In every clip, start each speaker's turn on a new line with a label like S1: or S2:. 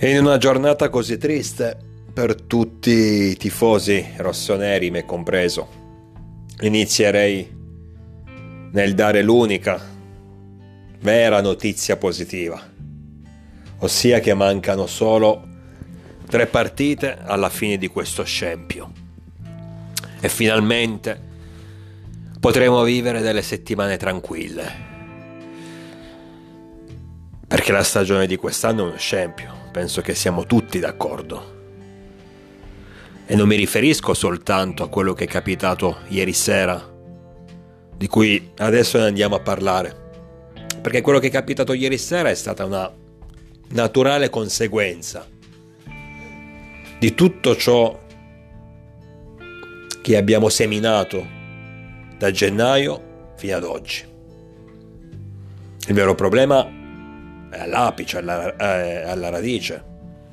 S1: E in una giornata così triste per tutti i tifosi rossoneri, me compreso, inizierei nel dare l'unica vera notizia positiva, ossia che mancano solo 3 partite alla fine di questo scempio e finalmente potremo vivere delle settimane tranquille, perché la stagione di quest'anno è uno scempio, penso che siamo tutti d'accordo. E non mi riferisco soltanto a quello che è capitato ieri sera, di cui adesso ne andiamo a parlare, perché quello che è capitato ieri sera è stata una naturale conseguenza di tutto ciò che abbiamo seminato da gennaio fino ad oggi. Il vero problema è all'apice, alla radice.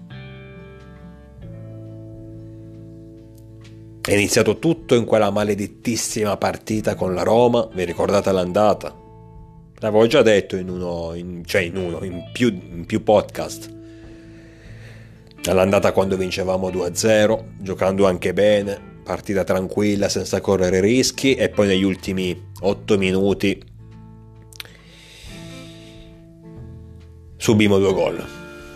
S1: È iniziato tutto in quella maledettissima partita con la Roma, vi ricordate l'andata? L'avevo già detto in più podcast. All'andata quando vincevamo 2-0, giocando anche bene, partita tranquilla senza correre rischi, e poi negli ultimi 8 minuti subimmo 2 gol.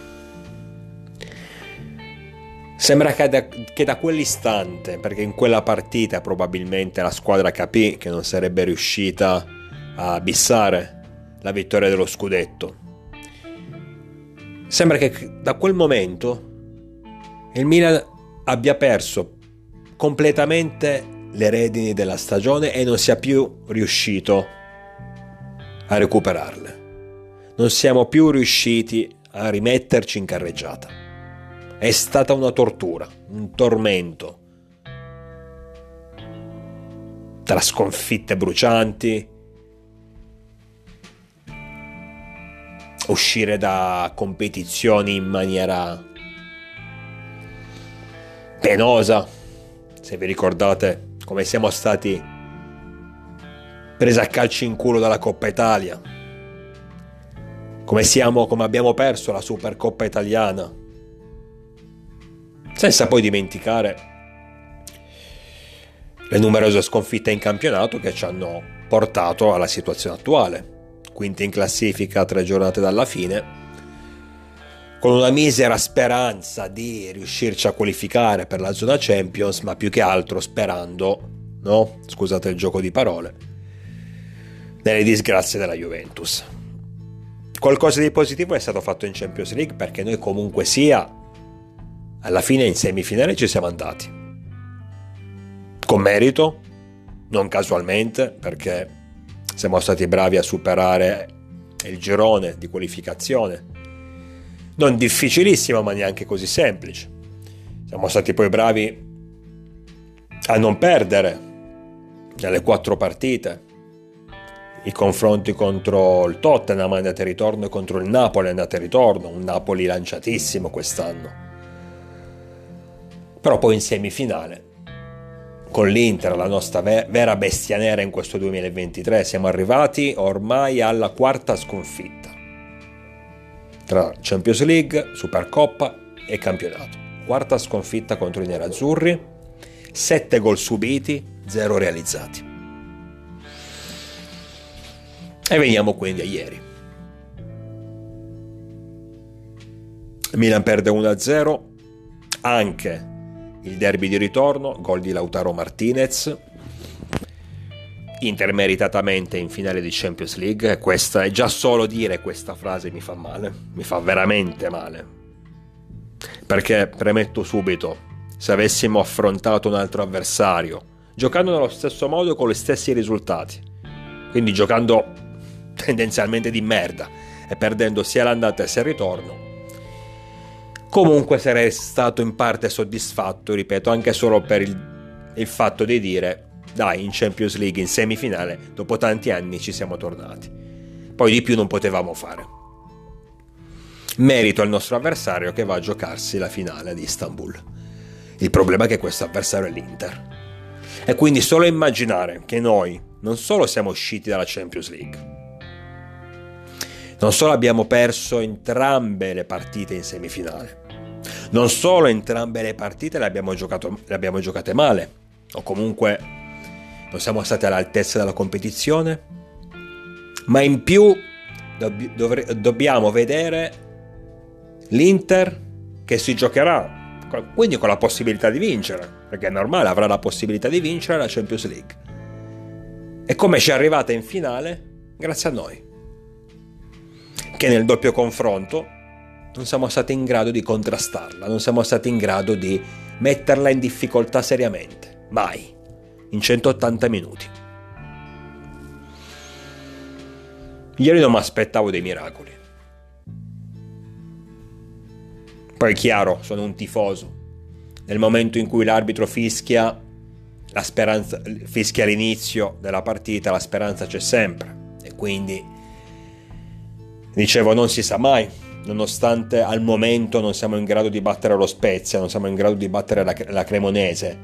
S1: Sembra che da quell'istante, perché in quella partita probabilmente la squadra capì che non sarebbe riuscita a bissare la vittoria dello scudetto, sembra che da quel momento il Milan abbia perso completamente le redini della stagione e non sia più riuscito a recuperarle. Non siamo più riusciti a rimetterci in carreggiata. È stata una tortura, un tormento, tra sconfitte brucianti, uscire da competizioni in maniera penosa. Se vi ricordate come siamo stati presi a calci in culo dalla Coppa Italia, come abbiamo perso la Supercoppa italiana, senza poi dimenticare le numerose sconfitte in campionato che ci hanno portato alla situazione attuale, quinti in classifica a 3 giornate dalla fine, con una misera speranza di riuscirci a qualificare per la zona Champions, ma più che altro sperando, no? Scusate il gioco di parole, nelle disgrazie della Juventus. Qualcosa di positivo è stato fatto in Champions League, perché noi comunque sia alla fine in semifinale ci siamo andati con merito, non casualmente, perché siamo stati bravi a superare il girone di qualificazione, non difficilissimo ma neanche così semplice. Siamo stati poi bravi a non perdere nelle 4 partite i confronti contro il Tottenham andata e ritorno e contro il Napoli andata e ritorno, un Napoli lanciatissimo quest'anno. Però poi in semifinale con l'Inter, la nostra vera bestia nera in questo 2023, siamo arrivati ormai alla 4ª sconfitta tra Champions League, Supercoppa e campionato. 4ª sconfitta contro i nerazzurri, 7 gol subiti, 0 realizzati. E veniamo quindi a ieri. Milan perde 1-0, anche il derby di ritorno, gol di Lautaro Martinez, Inter meritatamente in finale di Champions League. E questa è già solo dire questa frase mi fa male, mi fa veramente male, perché premetto subito, se avessimo affrontato un altro avversario giocando nello stesso modo con gli stessi risultati, quindi giocando tendenzialmente di merda e perdendo sia l'andata sia il ritorno, comunque sarei stato in parte soddisfatto, ripeto, anche solo per il fatto di dire dai, in Champions League in semifinale dopo tanti anni ci siamo tornati. Poi di più non potevamo fare. Merito al nostro avversario che va a giocarsi la finale di Istanbul. Il problema è che questo avversario è l'Inter, e quindi solo immaginare che noi non solo siamo usciti dalla Champions League, non solo abbiamo perso entrambe le partite in semifinale, Non solo entrambe le partite le abbiamo giocate male, o comunque non siamo stati all'altezza della competizione, ma in più dobbiamo vedere l'Inter che si giocherà, quindi con la possibilità di vincere, perché è normale, avrà la possibilità di vincere la Champions League. E come ci è arrivata in finale? Grazie a noi, che nel doppio confronto non siamo stati in grado di contrastarla, non siamo stati in grado di metterla in difficoltà seriamente, mai, in 180 minuti. Ieri non mi aspettavo dei miracoli. Poi è chiaro, sono un tifoso. Nel momento in cui l'arbitro fischia all'inizio della partita, la speranza c'è sempre. E quindi, dicevo, non si sa mai. Nonostante al momento non siamo in grado di battere lo Spezia, non siamo in grado di battere la Cremonese,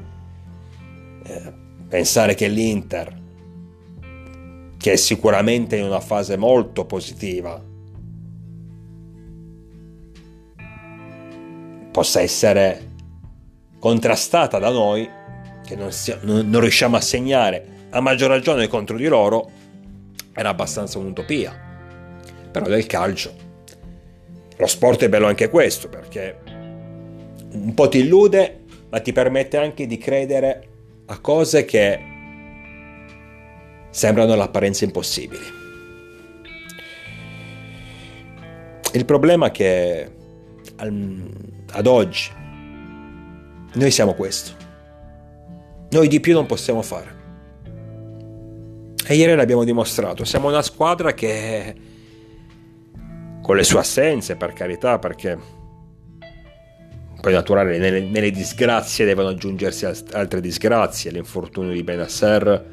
S1: pensare che l'Inter, che è sicuramente in una fase molto positiva, possa essere contrastata da noi, che non riusciamo a segnare, a maggior ragione contro di loro, era abbastanza un'utopia. Però del calcio, lo sport è bello anche questo, perché un po' ti illude, ma ti permette anche di credere a cose che sembrano all'apparenza impossibili. Il problema è che ad oggi noi siamo questo, noi di più non possiamo fare, e ieri l'abbiamo dimostrato. Siamo una squadra che, con le sue assenze, per carità, perché poi è naturale, nelle disgrazie devono aggiungersi altre disgrazie. L'infortunio di Benasser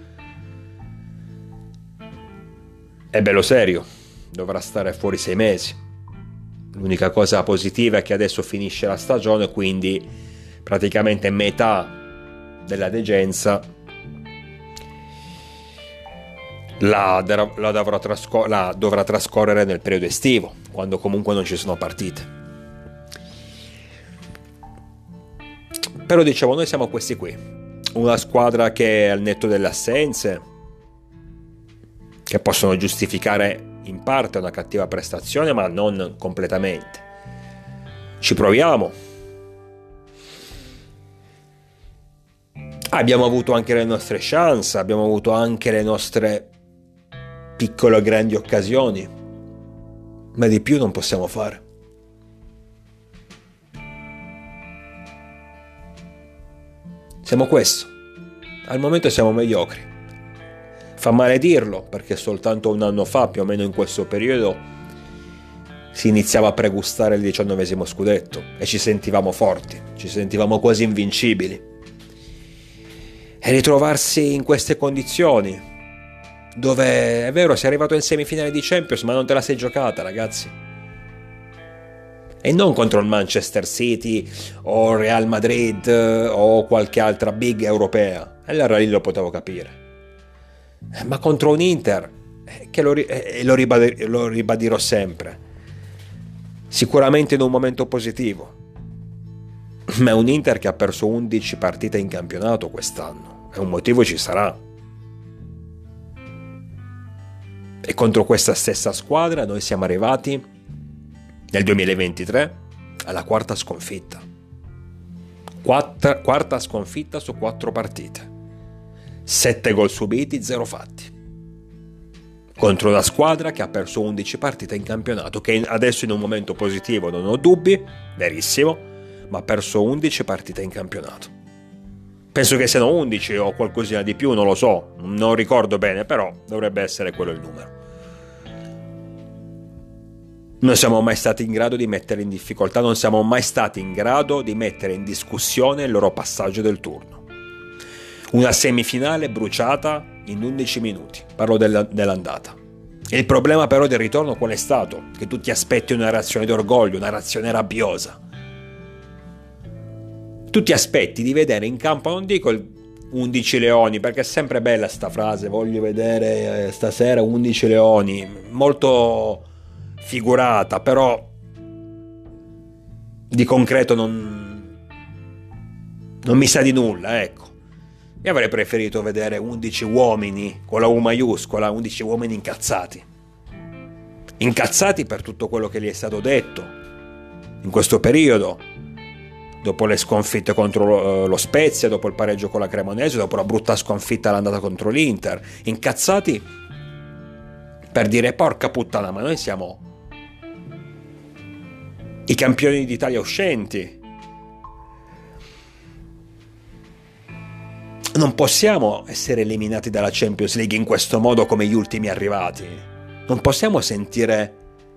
S1: è bello serio, dovrà stare fuori 6 mesi. L'unica cosa positiva è che adesso finisce la stagione, quindi praticamente metà della degenza la dovrà trascorrere nel periodo estivo, quando comunque non ci sono partite. Però dicevo, noi siamo questi qui, una squadra che, al netto delle assenze, che possono giustificare in parte una cattiva prestazione, ma non completamente, ci proviamo. Abbiamo avuto anche le nostre chance, abbiamo avuto anche le nostre piccole o grandi occasioni, ma di più non possiamo fare. Siamo questo, al momento siamo mediocri. Fa male dirlo, perché soltanto un anno fa, più o meno in questo periodo, si iniziava a pregustare il 19° scudetto e ci sentivamo forti, ci sentivamo quasi invincibili. E ritrovarsi in queste condizioni, dove è vero, sei arrivato in semifinale di Champions, ma non te la sei giocata, ragazzi. E non contro il Manchester City o Real Madrid o qualche altra big europea, e allora lì lo potevo capire, ma contro un Inter che lo ribadirò sempre, sicuramente in un momento positivo, ma è un Inter che ha perso 11 partite in campionato quest'anno, e un motivo ci sarà. E contro questa stessa squadra noi siamo arrivati nel 2023 alla quarta sconfitta. Quarta sconfitta su 4 partite. 7 gol subiti, 0 fatti. Contro una squadra che ha perso 11 partite in campionato, che adesso in un momento positivo non ho dubbi, verissimo, ma ha perso 11 partite in campionato. Penso che siano 11 o qualcosina di più, non lo so, non ricordo bene, però dovrebbe essere quello il numero. Non siamo mai stati in grado di mettere in difficoltà, non siamo mai stati in grado di mettere in discussione il loro passaggio del turno. Una semifinale bruciata in 11 minuti, parlo dell'andata. Il problema però del ritorno qual è stato? Che tu ti aspetti una reazione d'orgoglio, una reazione rabbiosa. Tu ti aspetti di vedere in campo, non dico 11 leoni, perché è sempre bella sta frase, voglio vedere stasera 11 leoni, molto figurata, però di concreto non mi sa di nulla, ecco. Io avrei preferito vedere 11 uomini con la U maiuscola, 11 uomini incazzati per tutto quello che gli è stato detto in questo periodo, dopo le sconfitte contro lo Spezia, dopo il pareggio con la Cremonese, dopo la brutta sconfitta all'andata contro l'Inter, incazzati per dire porca puttana, ma noi siamo i campioni d'Italia uscenti, non possiamo essere eliminati dalla Champions League in questo modo come gli ultimi arrivati. Non possiamo sentire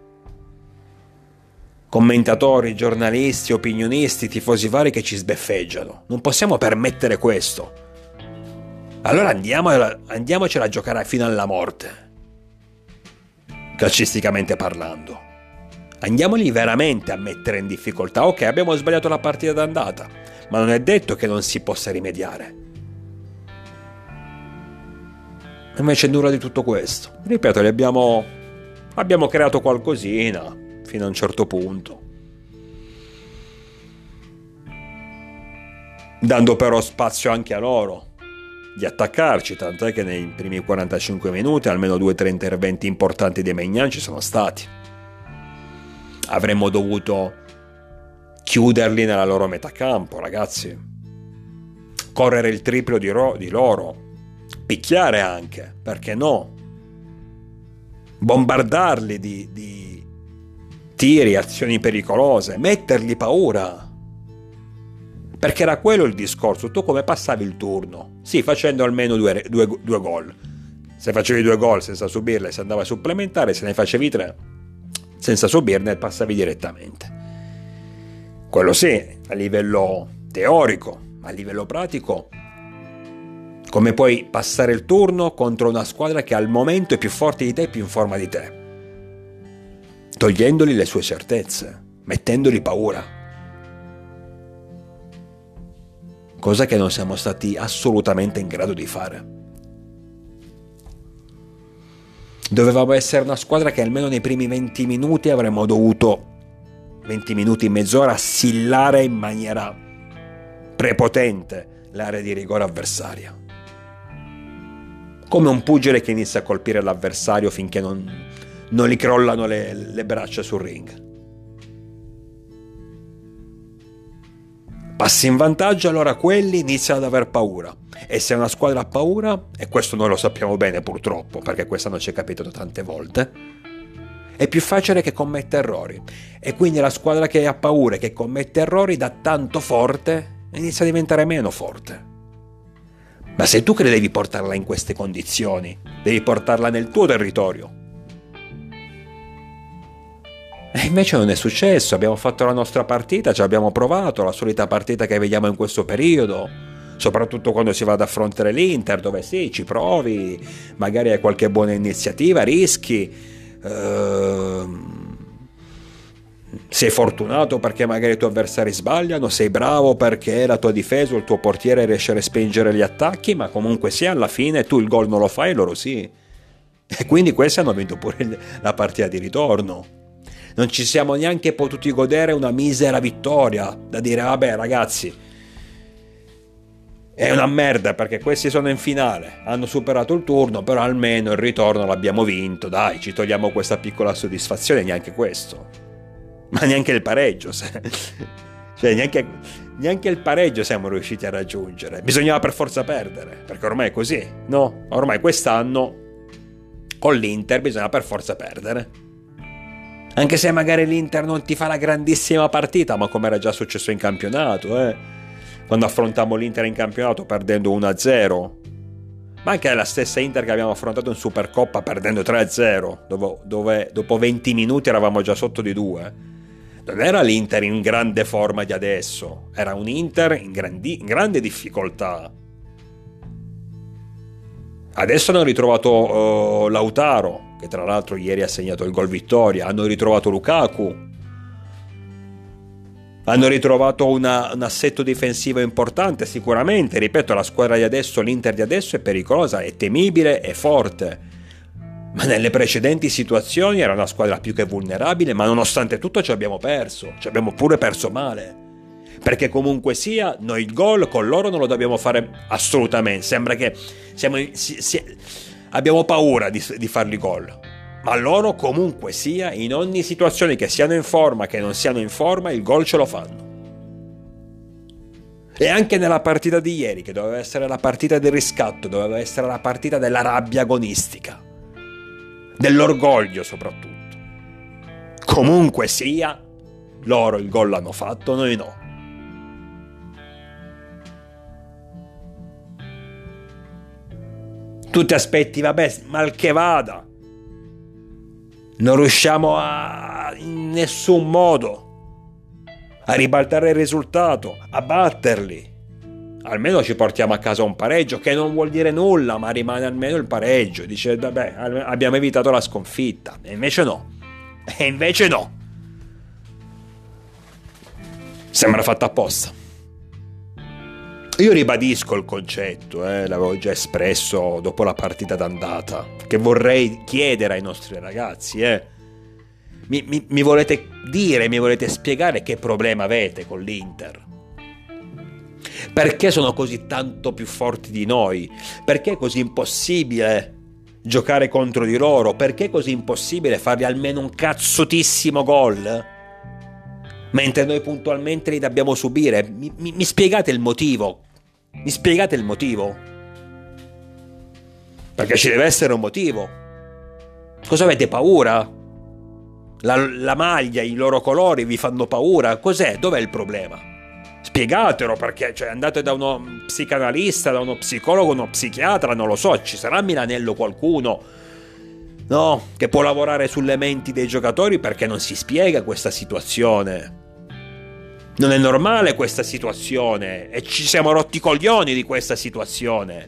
S1: commentatori, giornalisti, opinionisti, tifosi vari che ci sbeffeggiano. Non possiamo permettere questo. Allora andiamocela a giocare fino alla morte, calcisticamente parlando. Andiamoli veramente a mettere in difficoltà. Ok, abbiamo sbagliato la partita d'andata, ma non è detto che non si possa rimediare. Invece nulla di tutto questo. Ripeto, abbiamo creato qualcosina fino a un certo punto, dando però spazio anche a loro di attaccarci, tant'è che nei primi 45 minuti almeno 2-3 interventi importanti dei Maignan ci sono stati. Avremmo dovuto chiuderli nella loro metà campo, ragazzi, correre il triplo di loro, picchiare anche, perché no, bombardarli di tiri, azioni pericolose, mettergli paura, perché era quello il discorso. Tu come passavi il turno? Sì, facendo almeno due gol. Se facevi 2 gol senza subirle, se andava a supplementare, se ne facevi 3 senza subirne, passavi direttamente. Quello sì, a livello teorico, ma a livello pratico, come puoi passare il turno contro una squadra che al momento è più forte di te e più in forma di te, togliendogli le sue certezze, mettendogli paura, cosa che non siamo stati assolutamente in grado di fare. Dovevamo essere una squadra che almeno nei primi 20 minuti avremmo dovuto, 20 minuti, mezz'ora, assillare in maniera prepotente l'area di rigore avversaria, come un pugile che inizia a colpire l'avversario finché non gli crollano le braccia sul ring. Passi in vantaggio, allora quelli iniziano ad aver paura, e se una squadra ha paura, e questo noi lo sappiamo bene purtroppo perché quest'anno ci è capitato tante volte, è più facile che commetta errori, e quindi la squadra che ha paura e che commette errori da tanto forte inizia a diventare meno forte. Ma sei tu che devi portarla in queste condizioni, devi portarla nel tuo territorio. E invece non è successo, abbiamo fatto la nostra partita, ci abbiamo provato, la solita partita che vediamo in questo periodo, soprattutto quando si va ad affrontare l'Inter, dove sì, ci provi, magari hai qualche buona iniziativa, rischi, sei fortunato perché magari i tuoi avversari sbagliano, sei bravo perché la tua difesa o il tuo portiere riesce a respingere gli attacchi, ma comunque sia alla fine tu il gol non lo fai, loro sì. E quindi questi hanno vinto pure la partita di ritorno. Non ci siamo neanche potuti godere una misera vittoria da dire vabbè ragazzi, è una merda perché questi sono in finale, hanno superato il turno, però almeno il ritorno l'abbiamo vinto, dai, ci togliamo questa piccola soddisfazione. Neanche questo, ma neanche il pareggio, cioè neanche il pareggio siamo riusciti a raggiungere. Bisognava per forza perdere, perché ormai è così, no? Ormai quest'anno con l'Inter bisogna per forza perdere, anche se magari l'Inter non ti fa la grandissima partita, ma come era già successo in campionato, quando affrontammo l'Inter in campionato perdendo 1-0, ma anche la stessa Inter che abbiamo affrontato in Supercoppa perdendo 3-0, dove dopo 20 minuti eravamo già sotto di 2. Non era l'Inter in grande forma di adesso, era un Inter in grande difficoltà. Adesso hanno ritrovato Lautaro, che tra l'altro ieri ha segnato il gol vittoria, hanno ritrovato Lukaku, hanno ritrovato un assetto difensivo importante, sicuramente. Ripeto, la squadra di adesso, l'Inter di adesso è pericolosa, è temibile, è forte, Ma nelle precedenti situazioni era una squadra più che vulnerabile, ma nonostante tutto ci abbiamo perso. Ci abbiamo pure perso male. Perché comunque sia, noi il gol con loro non lo dobbiamo fare assolutamente. Sembra che abbiamo paura di farli gol. Ma loro comunque sia, in ogni situazione, che siano in forma, che non siano in forma, il gol ce lo fanno. E anche nella partita di ieri, che doveva essere la partita del riscatto, doveva essere la partita della rabbia agonistica, dell'orgoglio soprattutto. Comunque sia, loro il gol l'hanno fatto, noi no. Tu ti aspetti, vabbè, mal che vada, non riusciamo in nessun modo a ribaltare il risultato, a batterli. Almeno ci portiamo a casa un pareggio, che non vuol dire nulla, ma rimane almeno il pareggio. Dice, vabbè, abbiamo evitato la sconfitta. E invece no. Sembra fatta apposta. Io ribadisco il concetto, l'avevo già espresso dopo la partita d'andata, che vorrei chiedere ai nostri ragazzi, Mi volete dire, mi volete spiegare che problema avete con l'Inter? Perché sono così tanto più forti di noi? Perché è così impossibile giocare contro di loro? Perché è così impossibile fargli almeno un cazzutissimo gol? Mentre noi puntualmente li dobbiamo subire. Mi spiegate il motivo? Mi spiegate il motivo? Perché ci deve essere un motivo. Cosa avete paura? La maglia, i loro colori vi fanno paura? Cos'è? Dov'è il problema? Spiegatelo, perché andate da uno psicanalista, da uno psicologo, uno psichiatra, non lo so, ci sarà a Milanello qualcuno, no, che può lavorare sulle menti dei giocatori, perché non si spiega questa situazione. Non è normale questa situazione e ci siamo rotti i coglioni di questa situazione.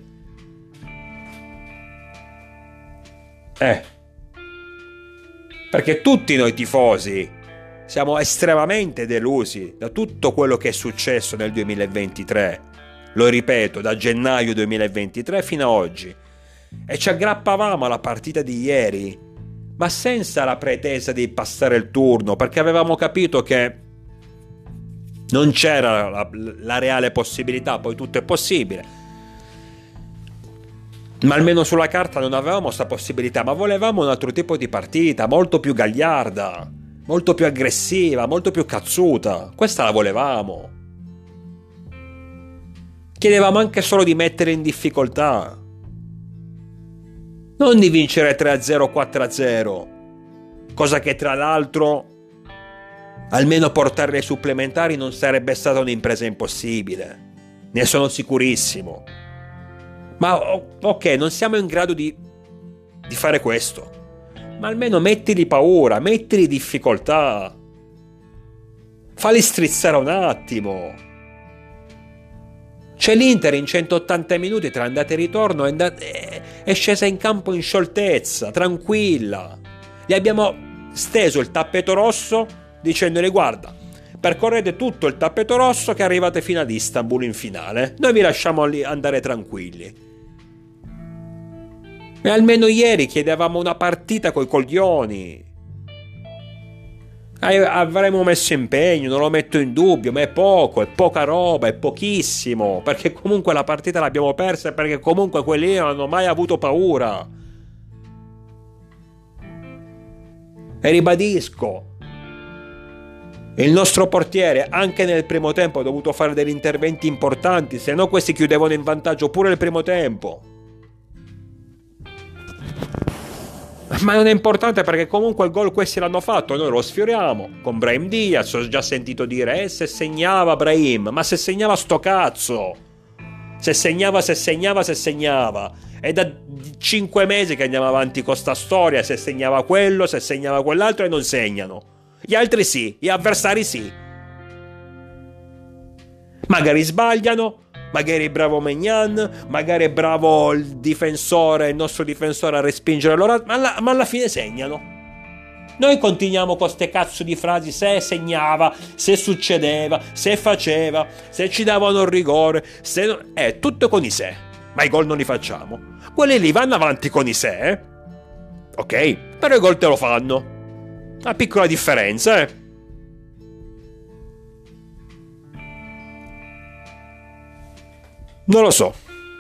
S1: Perché tutti noi tifosi siamo estremamente delusi da tutto quello che è successo nel 2023. Lo ripeto, da gennaio 2023 fino a oggi. E ci aggrappavamo alla partita di ieri, ma senza la pretesa di passare il turno, perché avevamo capito che non c'era la reale possibilità. Poi tutto è possibile, ma almeno sulla carta non avevamo questa possibilità, ma volevamo un altro tipo di partita, molto più gagliarda, molto più aggressiva, molto più cazzuta. Questa la volevamo. Chiedevamo anche solo di mettere in difficoltà, non di vincere 3-0, 4-0, cosa che tra l'altro almeno portarli ai supplementari non sarebbe stata un'impresa impossibile, ne sono sicurissimo. Ma ok, non siamo in grado di fare questo, ma almeno mettili paura, mettili difficoltà, falli strizzare un attimo. C'è l'Inter in 180 minuti tra andata e ritorno è scesa in campo in scioltezza, tranquilla. Gli abbiamo steso il tappeto rosso dicendogli: guarda, percorrete tutto il tappeto rosso che arrivate fino ad Istanbul in finale, noi vi lasciamo lì andare tranquilli. E almeno ieri chiedevamo una partita coi coglioni. Avremmo messo impegno, non lo metto in dubbio, ma è poco, è poca roba, è pochissimo, perché comunque la partita l'abbiamo persa, perché comunque quelli non hanno mai avuto paura. E ribadisco, il nostro portiere anche nel primo tempo ha dovuto fare degli interventi importanti, se no questi chiudevano in vantaggio pure nel primo tempo. Ma non è importante, perché comunque il gol questi l'hanno fatto, noi lo sfioriamo con Brahim Diaz. Ho già sentito dire se segnava Brahim, ma se segnava sto cazzo, se segnava è da 5 mesi che andiamo avanti con sta storia, se segnava quello, se segnava quell'altro, e non segnano. Gli altri sì, gli avversari sì, magari sbagliano, magari è bravo Maignan, magari è bravo il difensore, il nostro difensore, a respingere loro, ma alla fine segnano. Noi continuiamo con ste cazzo di frasi: se segnava, se succedeva, se faceva, se ci davano il rigore, tutto con i se, ma i gol non li facciamo. Quelli lì vanno avanti con i se, Ok, però i gol te lo fanno. Una piccola differenza, Non lo so.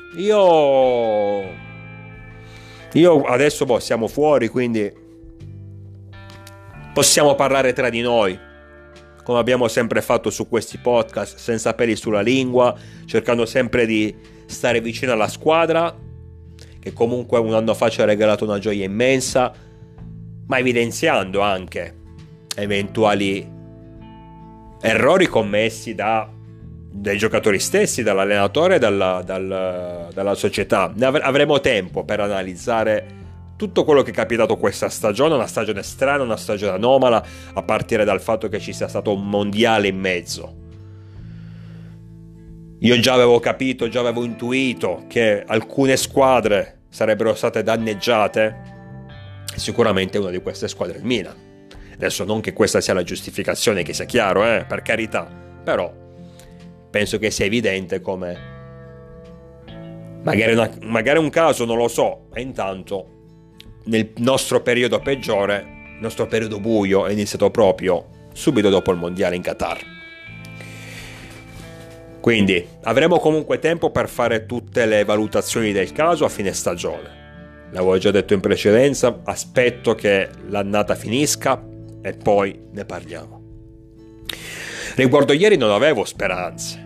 S1: Io adesso siamo fuori, quindi possiamo parlare tra di noi, come abbiamo sempre fatto su questi podcast, senza peli sulla lingua, cercando sempre di stare vicino alla squadra, che comunque un anno fa ci ha regalato una gioia immensa, ma evidenziando anche eventuali errori commessi dai giocatori stessi, dall'allenatore e dalla società. Avremo tempo per analizzare tutto quello che è capitato questa stagione, una stagione strana, una stagione anomala, a partire dal fatto che ci sia stato un mondiale in mezzo. Io già avevo capito, già avevo intuito che alcune squadre sarebbero state danneggiate. Sicuramente una di queste squadre è il Milan. Adesso non che questa sia la giustificazione, che sia chiaro, per carità, però penso che sia evidente come magari un caso, non lo so, e intanto nel nostro periodo peggiore, il nostro periodo buio, è iniziato proprio subito dopo il mondiale in Qatar. Quindi avremo comunque tempo per fare tutte le valutazioni del caso a fine stagione. L'avevo già detto in precedenza, aspetto che l'annata finisca e poi ne parliamo. Riguardo ieri non avevo speranze.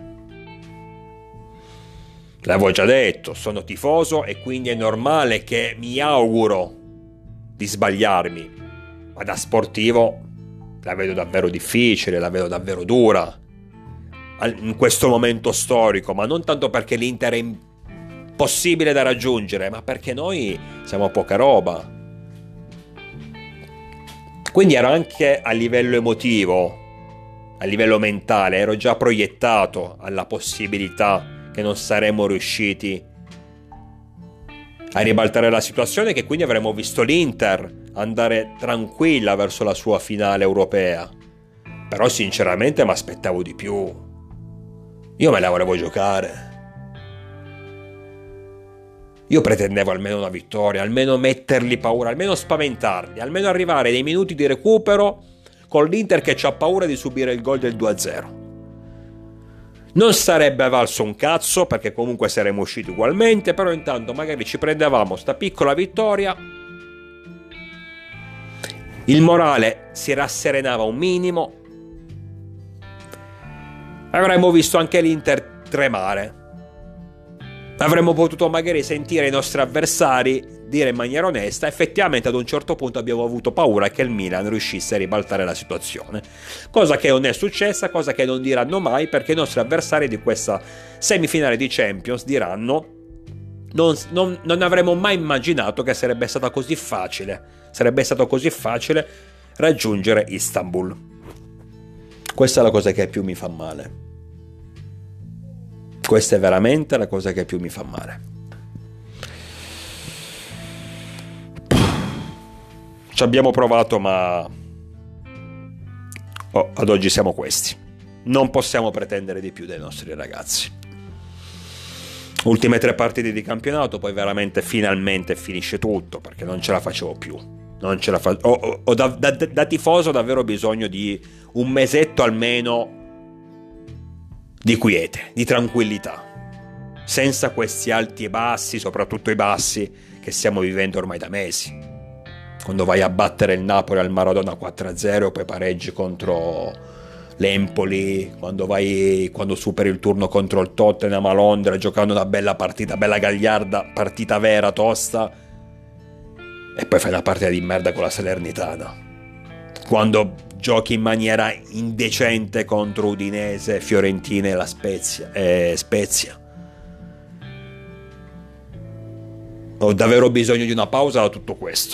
S1: L'avevo già detto, sono tifoso e quindi è normale che mi auguro di sbagliarmi, ma da sportivo la vedo davvero difficile, la vedo davvero dura in questo momento storico, ma non tanto perché l'Inter è impossibile da raggiungere, ma perché noi siamo poca roba. Quindi ero anche a livello emotivo, a livello mentale, ero già proiettato alla possibilità che non saremmo riusciti a ribaltare la situazione, che quindi avremmo visto l'Inter andare tranquilla verso la sua finale europea. Però sinceramente mi aspettavo di più. Io me la volevo giocare. Io pretendevo almeno una vittoria, almeno metterli paura, almeno spaventarli, almeno arrivare nei minuti di recupero con l'Inter che c'ha paura di subire il gol del 2-0. Non sarebbe valso un cazzo, perché comunque saremmo usciti ugualmente, però intanto magari ci prendevamo sta piccola vittoria, il morale si rasserenava un minimo, avremmo visto anche l'Inter tremare, avremmo potuto magari sentire i nostri avversari dire in maniera onesta: effettivamente ad un certo punto abbiamo avuto paura che il Milan riuscisse a ribaltare la situazione, cosa che non è successa, cosa che non diranno mai, perché i nostri avversari di questa semifinale di Champions diranno: non avremmo mai immaginato che sarebbe stato così facile raggiungere Istanbul. Questa è la cosa che più mi fa male. Questa è veramente la cosa che più mi fa male. Ci abbiamo provato, ma ad oggi siamo questi. Non possiamo pretendere di più dai nostri ragazzi. Ultime 3 partite di campionato, poi veramente finalmente finisce tutto, perché non ce la facevo più. Ho da tifoso ho davvero bisogno di un mesetto almeno di quiete, di tranquillità, senza questi alti e bassi, soprattutto i bassi che stiamo vivendo ormai da mesi. Quando vai a battere il Napoli al Maradona 4-0, poi pareggi contro l'Empoli, quando superi il turno contro il Tottenham a Londra, giocando una bella partita, bella gagliarda, partita vera, tosta, e poi fai una partita di merda con la Salernitana. Quando giochi in maniera indecente contro Udinese, Fiorentina e la Spezia. Ho davvero bisogno di una pausa da tutto questo.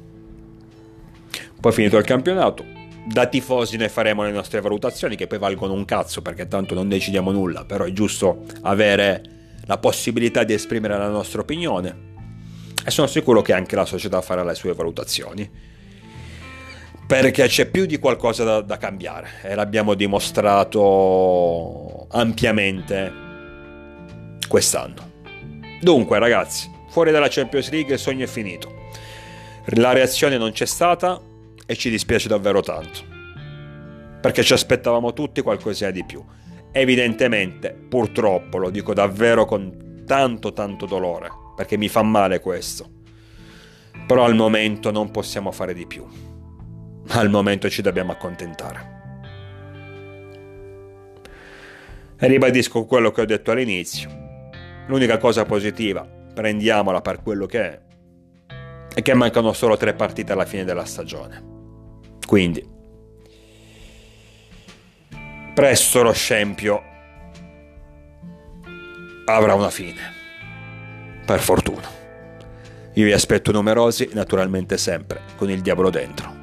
S1: Poi finito il campionato, da tifosi ne faremo le nostre valutazioni, che poi valgono un cazzo, perché tanto non decidiamo nulla, però è giusto avere la possibilità di esprimere la nostra opinione, e sono sicuro che anche la società farà le sue valutazioni, perché c'è più di qualcosa da cambiare, e l'abbiamo dimostrato ampiamente quest'anno. Dunque ragazzi, fuori dalla Champions League il sogno è finito. La reazione non c'è stata e ci dispiace davvero tanto, perché ci aspettavamo tutti qualcosina di più. Evidentemente, purtroppo, lo dico davvero con tanto dolore, perché mi fa male questo, però al momento non possiamo fare di più. Al momento ci dobbiamo accontentare. E ribadisco quello che ho detto all'inizio: l'unica cosa positiva, prendiamola per quello che è che mancano solo 3 partite alla fine della stagione. Quindi presto lo scempio avrà una fine, per fortuna. Io vi aspetto numerosi, naturalmente sempre con il diavolo dentro.